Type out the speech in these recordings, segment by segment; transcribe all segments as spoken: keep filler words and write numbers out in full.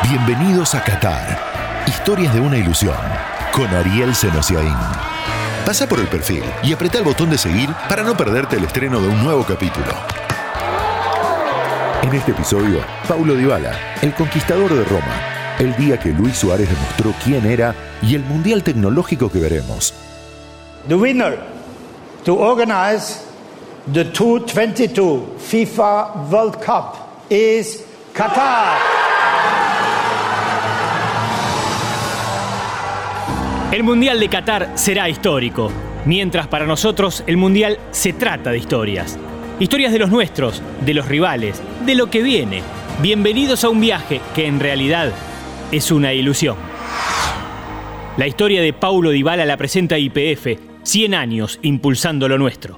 Bienvenidos a Qatar. Historias de una ilusión. Con Ariel Senosiaín. Pasa por el perfil y apretá el botón de seguir para no perderte el estreno de un nuevo capítulo. En este episodio, Paulo Dybala, el conquistador de Roma. El día que Luis Suárez demostró quién era y el mundial tecnológico que veremos. The winner to organize the two thousand twenty-two FIFA World Cup is Qatar. El Mundial de Qatar será histórico, mientras para nosotros el Mundial se trata de historias. Historias de los nuestros, de los rivales, de lo que viene. Bienvenidos a un viaje que en realidad es una ilusión. La historia de Paulo Dybala la presenta Y P F, cien años impulsando lo nuestro.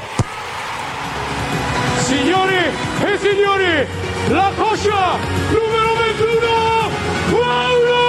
Signore e signori, la coscia número veintiuno, Paulo!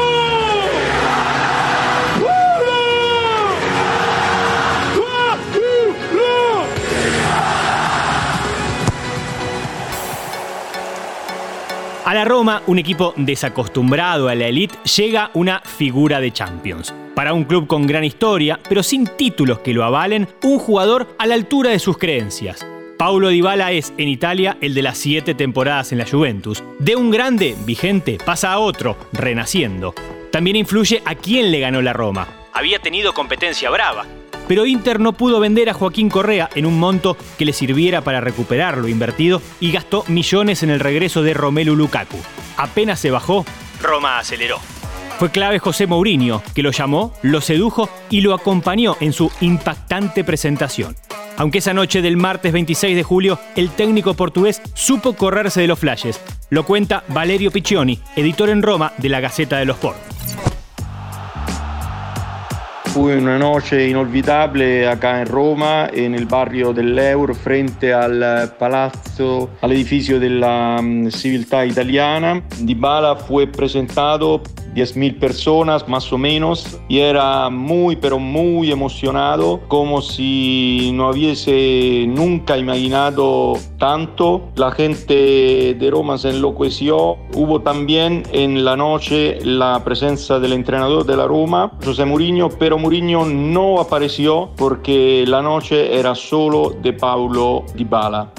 A la Roma, un equipo desacostumbrado a la élite, llega una figura de Champions. Para un club con gran historia, pero sin títulos que lo avalen, un jugador a la altura de sus creencias. Paulo Dybala es, en Italia, el de las siete temporadas en la Juventus. De un grande, vigente, pasa a otro, renaciendo. También influye a quién le ganó la Roma. Había tenido competencia brava, pero Inter no pudo vender a Joaquín Correa en un monto que le sirviera para recuperar lo invertido y gastó millones en el regreso de Romelu Lukaku. Apenas se bajó, Roma aceleró. Fue clave José Mourinho, que lo llamó, lo sedujo y lo acompañó en su impactante presentación. Aunque esa noche del martes veintiséis de julio, el técnico portugués supo correrse de los flashes. Lo cuenta Valerio Piccioni, editor en Roma de la Gazzetta dello Sport. Fue una noche inolvidable acá en Roma, en el barrio dell'Eur, frente al palazzo, al edificio de la civiltà italiana. Dybala fue presentado diez mil personas más o menos y era muy pero muy emocionado, como si no hubiese nunca imaginado tanto. La gente de Roma se enloqueció. Hubo también en la noche la presencia del entrenador de la Roma, José Mourinho, pero Mourinho no apareció porque la noche era solo de Paulo Dybala.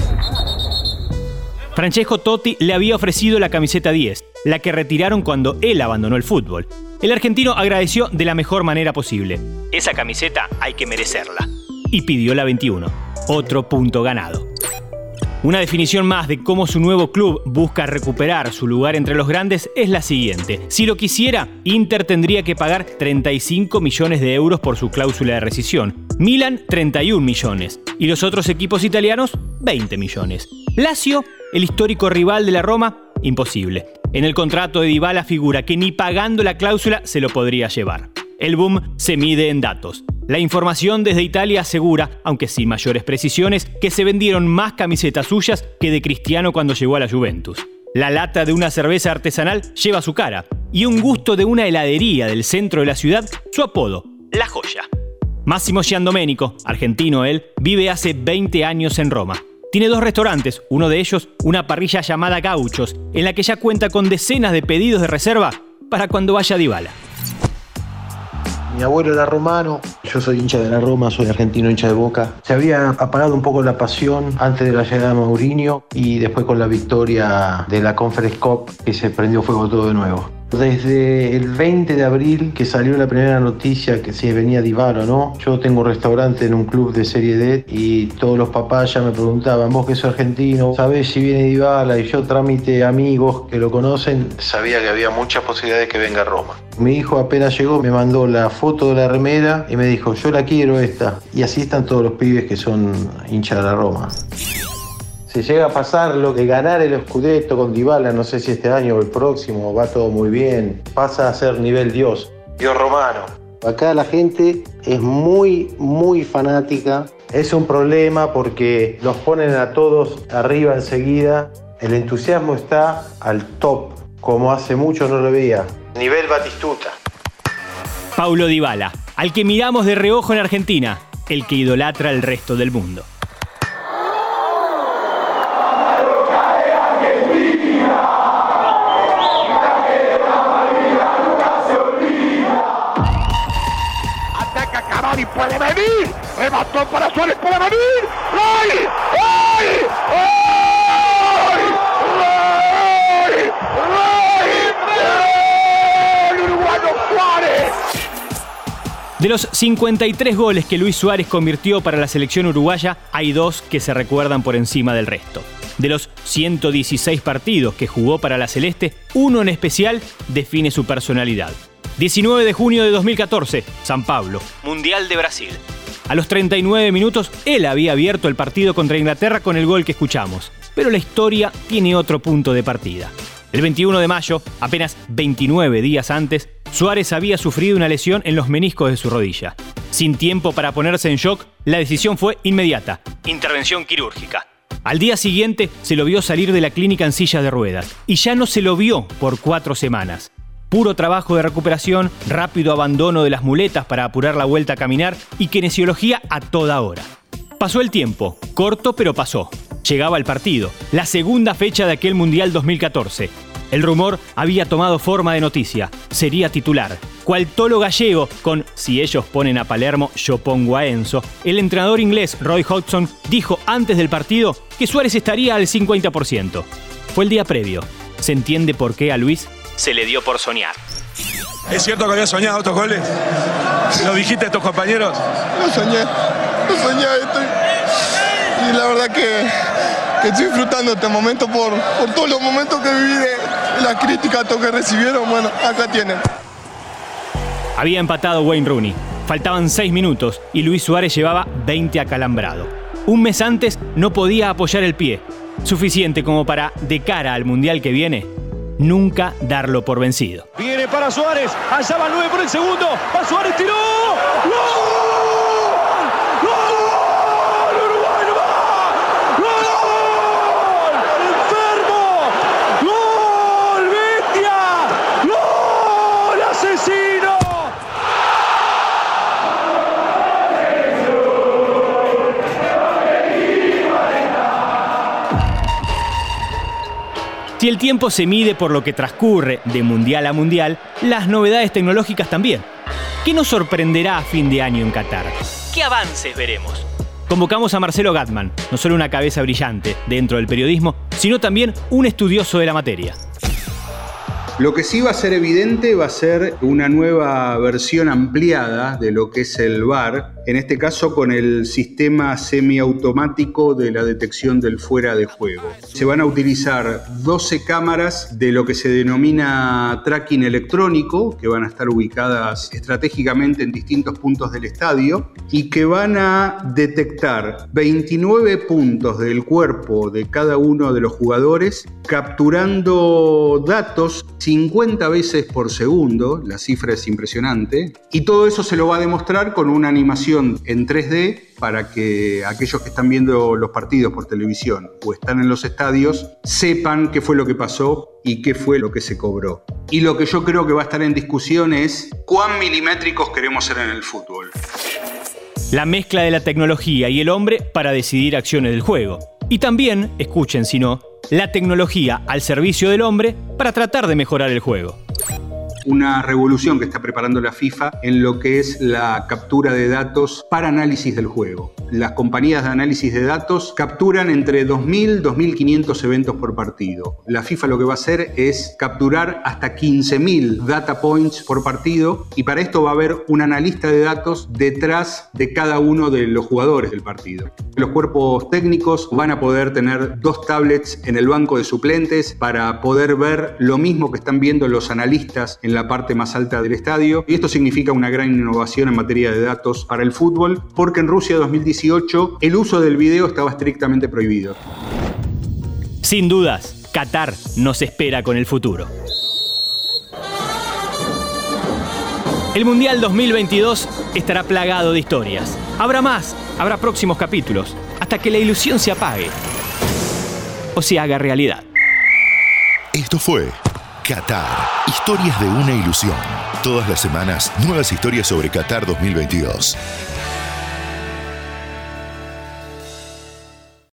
Francesco Totti le había ofrecido la camiseta diez, la que retiraron cuando él abandonó el fútbol. El argentino agradeció de la mejor manera posible. Esa camiseta hay que merecerla. Y pidió la veintiuno. Otro punto ganado. Una definición más de cómo su nuevo club busca recuperar su lugar entre los grandes es la siguiente. Si lo quisiera, Inter tendría que pagar treinta y cinco millones de euros por su cláusula de rescisión. Milan, treinta y un millones. Y los otros equipos italianos, veinte millones. Lazio, el histórico rival de la Roma, imposible. En el contrato de Dybala figura que ni pagando la cláusula se lo podría llevar. El boom se mide en datos. La información desde Italia asegura, aunque sin mayores precisiones, que se vendieron más camisetas suyas que de Cristiano cuando llegó a la Juventus. La lata de una cerveza artesanal lleva su cara y un gusto de una heladería del centro de la ciudad, su apodo, La Joya. Massimo Giandomenico, argentino él, vive hace veinte años en Roma. Tiene dos restaurantes, uno de ellos una parrilla llamada Gauchos, en la que ya cuenta con decenas de pedidos de reserva para cuando vaya Dybala. Mi abuelo era romano, yo soy hincha de la Roma, soy argentino hincha de Boca. Se había apagado un poco la pasión antes de la llegada de Mourinho y después con la victoria de la Conference Cup que se prendió fuego todo de nuevo. Desde el veinte de abril que salió la primera noticia que si venía Dybala o no, yo tengo un restaurante en un club de Serie D y todos los papás ya me preguntaban, vos que sos argentino, ¿sabés si viene Dybala? Y yo trámite amigos que lo conocen, sabía que había muchas posibilidades de que venga a Roma. Mi hijo apenas llegó me mandó la foto de la remera y me dijo, yo la quiero esta. Y así están todos los pibes que son hinchas de la Roma. Si llega a pasar lo de ganar el Scudetto con Dybala, no sé si este año o el próximo, va todo muy bien, pasa a ser nivel Dios, Dios romano. Acá la gente es muy, muy fanática. Es un problema porque los ponen a todos arriba enseguida. El entusiasmo está al top, como hace mucho no lo veía. Nivel Batistuta. Paulo Dybala, al que miramos de reojo en Argentina, el que idolatra al resto del mundo. remató para Suárez, para venir. ¡Ay! ¡Ay! ¡Ay! ¡Ay! ¡Ay! ¡El uruguayo Suárez! De los cincuenta y tres goles que Luis Suárez convirtió para la selección uruguaya, hay dos que se recuerdan por encima del resto. De los ciento dieciséis partidos que jugó para la Celeste, uno en especial define su personalidad. diecinueve de junio de dos mil catorce, San Pablo, Mundial de Brasil. A los treinta y nueve minutos, él había abierto el partido contra Inglaterra con el gol que escuchamos. Pero la historia tiene otro punto de partida. El veintiuno de mayo, apenas veintinueve días antes, Suárez había sufrido una lesión en los meniscos de su rodilla. Sin tiempo para ponerse en shock, la decisión fue inmediata: intervención quirúrgica. Al día siguiente se lo vio salir de la clínica en silla de ruedas y ya no se lo vio por cuatro semanas. Puro trabajo de recuperación, rápido abandono de las muletas para apurar la vuelta a caminar y kinesiología a toda hora. Pasó el tiempo, corto pero pasó. Llegaba el partido, la segunda fecha de aquel Mundial dos mil catorce. El rumor había tomado forma de noticia. Sería titular. Cual tolo gallego con "si ellos ponen a Palermo, yo pongo a Enzo", el entrenador inglés Roy Hodgson dijo antes del partido que Suárez estaría al cincuenta por ciento. Fue el día previo. Se entiende por qué a Luis se le dio por soñar. ¿Es cierto que había soñado estos goles? ¿Lo dijiste a tus compañeros? Lo soñé, lo soñé. Estoy... Y la verdad que, que estoy disfrutando este momento por, por todos los momentos que viví de la crítica todo que recibieron. Bueno, acá tienen. Había empatado Wayne Rooney. Faltaban seis minutos y Luis Suárez llevaba veinte acalambrado. Un mes antes no podía apoyar el pie. Suficiente como para, de cara al Mundial que viene, nunca darlo por vencido. Viene para Suárez, allá va el nueve por el segundo, va Suárez, tiró, ¡gol! ¡Gol! ¡Uruguay no va! ¡Gol! ¡Enfermo! ¡Gol! ¡Bestia! ¡Gol! ¡Asesino! Si el tiempo se mide por lo que transcurre de mundial a mundial, las novedades tecnológicas también. ¿Qué nos sorprenderá a fin de año en Qatar? ¿Qué avances veremos? Convocamos a Marcelo Gatman, no solo una cabeza brillante dentro del periodismo, sino también un estudioso de la materia. Lo que sí va a ser evidente va a ser una nueva versión ampliada de lo que es el V A R, en este caso con el sistema semiautomático de la detección del fuera de juego. Se van a utilizar doce cámaras de lo que se denomina tracking electrónico, que van a estar ubicadas estratégicamente en distintos puntos del estadio y que van a detectar veintinueve puntos del cuerpo de cada uno de los jugadores, capturando datos cincuenta veces por segundo, la cifra es impresionante, y todo eso se lo va a demostrar con una animación en tres D para que aquellos que están viendo los partidos por televisión o están en los estadios sepan qué fue lo que pasó y qué fue lo que se cobró. Y lo que yo creo que va a estar en discusión es cuán milimétricos queremos ser en el fútbol. La mezcla de la tecnología y el hombre para decidir acciones del juego. Y también, escuchen si no, la tecnología al servicio del hombre para tratar de mejorar el juego. Una revolución que está preparando la FIFA en lo que es la captura de datos para análisis del juego. Las compañías de análisis de datos capturan entre dos mil y dos mil quinientos eventos por partido. La FIFA lo que va a hacer es capturar hasta quince mil data points por partido y para esto va a haber un analista de datos detrás de cada uno de los jugadores del partido. Los cuerpos técnicos van a poder tener dos tablets en el banco de suplentes para poder ver lo mismo que están viendo los analistas en la parte más alta del estadio, y esto significa una gran innovación en materia de datos para el fútbol, porque en Rusia dos mil dieciocho el uso del video estaba estrictamente prohibido. Sin dudas, Qatar nos espera con el futuro. El Mundial dos mil veintidós estará plagado de historias. Habrá más, habrá próximos capítulos, hasta que la ilusión se apague o se haga realidad. Esto fue Qatar, historias de una ilusión. Todas las semanas, nuevas historias sobre Qatar dos mil veintidós.